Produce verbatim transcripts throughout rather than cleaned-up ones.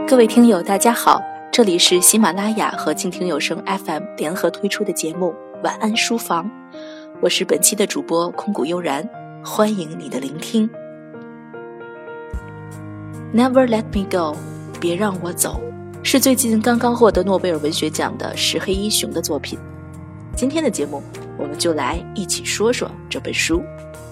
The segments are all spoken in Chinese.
各位听友大家好，这里是喜马拉雅和静听有声 F M 联合推出的节目晚安书房，我是本期的主播空谷悠然，欢迎你的聆听。 Never let me go， 别让我走，是最近刚刚获得诺贝尔文学奖的石黑一雄的作品。今天的节目我们就来一起说说这本书。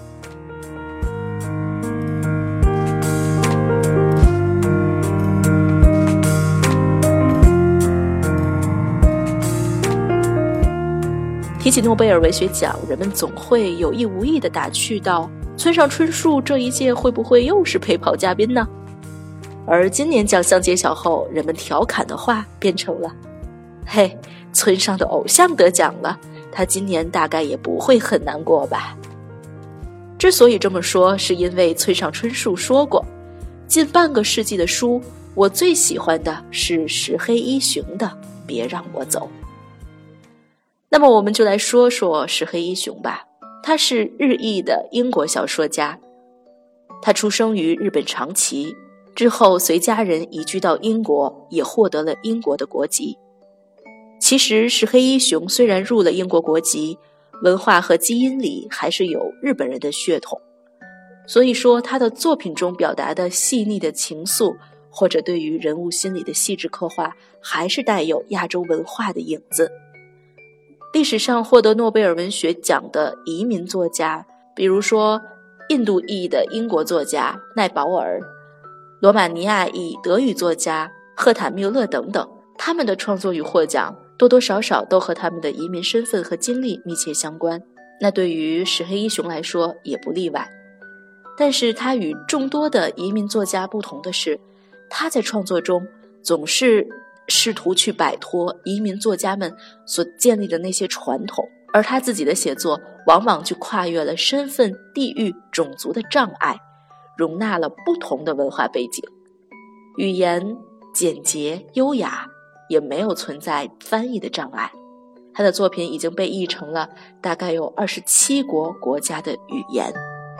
提起诺贝尔文学奖，人们总会有意无意地打趣到，村上春树这一届会不会又是陪跑嘉宾呢？而今年奖项揭晓后，人们调侃的话变成了，嘿，村上的偶像得奖了，他今年大概也不会很难过吧。之所以这么说，是因为村上春树说过，近半个世纪的书，我最喜欢的是石黑一雄的《别让我走》。那么我们就来说说石黑一雄吧。他是日裔的英国小说家，他出生于日本长崎，之后随家人移居到英国，也获得了英国的国籍。其实石黑一雄虽然入了英国国籍，文化和基因里还是有日本人的血统，所以说他的作品中表达的细腻的情愫，或者对于人物心理的细致刻画，还是带有亚洲文化的影子。历史上获得诺贝尔文学奖的移民作家，比如说印度裔的英国作家奈保尔，罗马尼亚裔德语作家赫坦缪勒等等，他们的创作与获奖多多少少都和他们的移民身份和经历密切相关。那对于石黑一雄来说也不例外。但是他与众多的移民作家不同的是，他在创作中总是试图去摆脱移民作家们所建立的那些传统，而他自己的写作往往就跨越了身份、地域、种族的障碍，容纳了不同的文化背景，语言简洁优雅，也没有存在翻译的障碍。他的作品已经被译成了大概有二十七国国家的语言。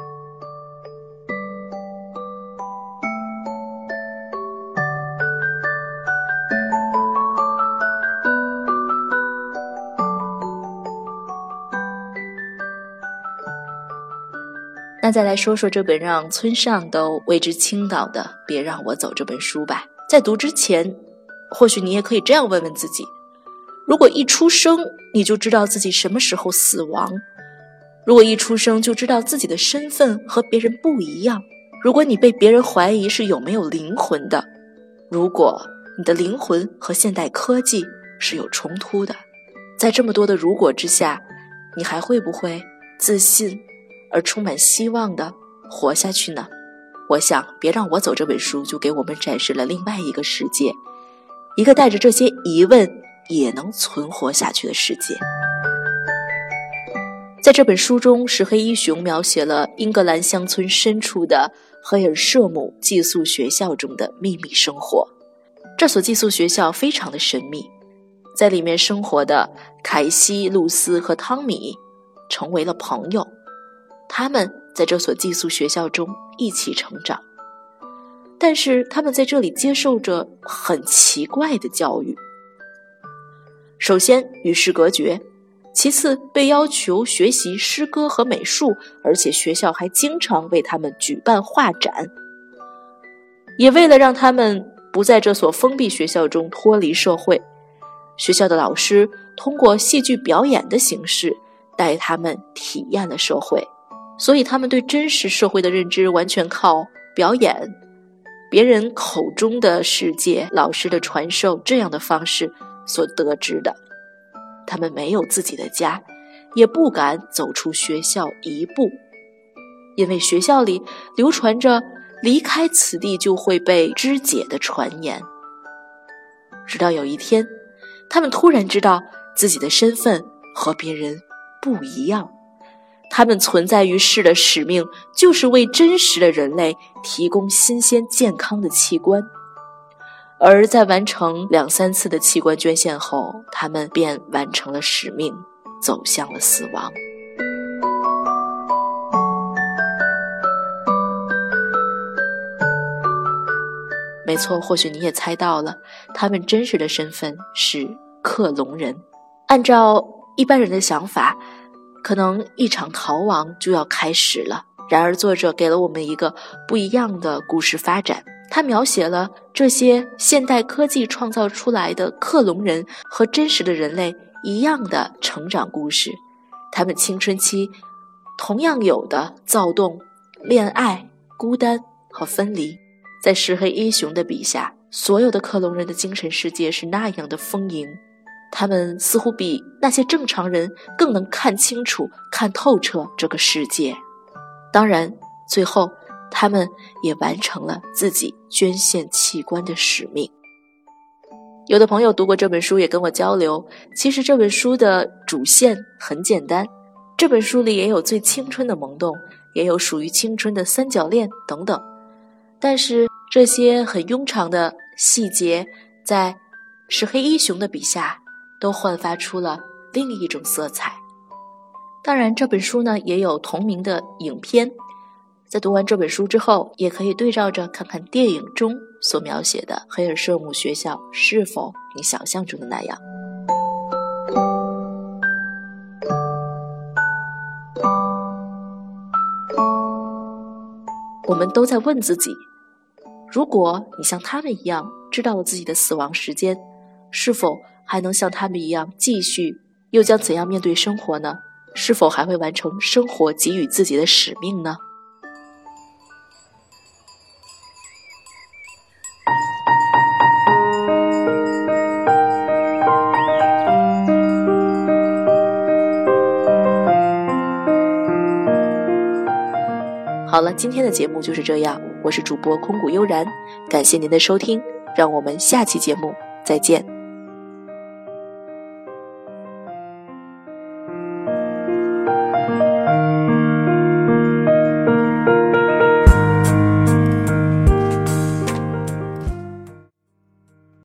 那再来说说这本让村上都为之倾倒的《别让我走》这本书吧。在读之前，或许你也可以这样问问自己，如果一出生你就知道自己什么时候死亡，如果一出生就知道自己的身份和别人不一样，如果你被别人怀疑是有没有灵魂的，如果你的灵魂和现代科技是有冲突的，在这么多的如果之下，你还会不会自信而充满希望的活下去呢？我想《别让我走》这本书就给我们展示了另外一个世界，一个带着这些疑问也能存活下去的世界。在这本书中，石黑一雄描写了英格兰乡村深处的黑尔舍姆寄宿学校中的秘密生活。这所寄宿学校非常的神秘，在里面生活的凯西、露丝和汤米成为了朋友，他们在这所寄宿学校中一起成长，但是他们在这里接受着很奇怪的教育。首先与世隔绝，其次被要求学习诗歌和美术，而且学校还经常为他们举办画展。也为了让他们不在这所封闭学校中脱离社会，学校的老师通过戏剧表演的形式带他们体验了社会，所以他们对真实社会的认知完全靠表演、别人口中的世界、老师的传授这样的方式所得知的。他们没有自己的家，也不敢走出学校一步，因为学校里流传着离开此地就会被肢解的传言。直到有一天，他们突然知道自己的身份和别人不一样，他们存在于世的使命就是为真实的人类提供新鲜健康的器官。而在完成两三次的器官捐献后，他们便完成了使命，走向了死亡。 没错，或许你也猜到了，他们真实的身份是克隆人。按照一般人的想法，可能一场逃亡就要开始了。然而作者给了我们一个不一样的故事发展，他描写了这些现代科技创造出来的克隆人和真实的人类一样的成长故事，他们青春期同样有的躁动、恋爱、孤单和分离。在石黑一雄的笔下，所有的克隆人的精神世界是那样的丰盈，他们似乎比那些正常人更能看清楚、看透彻这个世界。当然，最后他们也完成了自己捐献器官的使命。有的朋友读过这本书也跟我交流，其实这本书的主线很简单，这本书里也有最青春的萌动，也有属于青春的三角恋等等，但是这些很庸常的细节在石黑一雄的笔下都焕发出了另一种色彩。当然这本书呢也有同名的影片，在读完这本书之后，也可以对照着看看电影中所描写的黑尔舍姆学校是否你想象中的那样。我们都在问自己，如果你像他们一样知道了自己的死亡时间，是否还能像他们一样继续，又将怎样面对生活呢？是否还会完成生活给予自己的使命呢？好了，今天的节目就是这样，我是主播空谷悠然，感谢您的收听，让我们下期节目再见。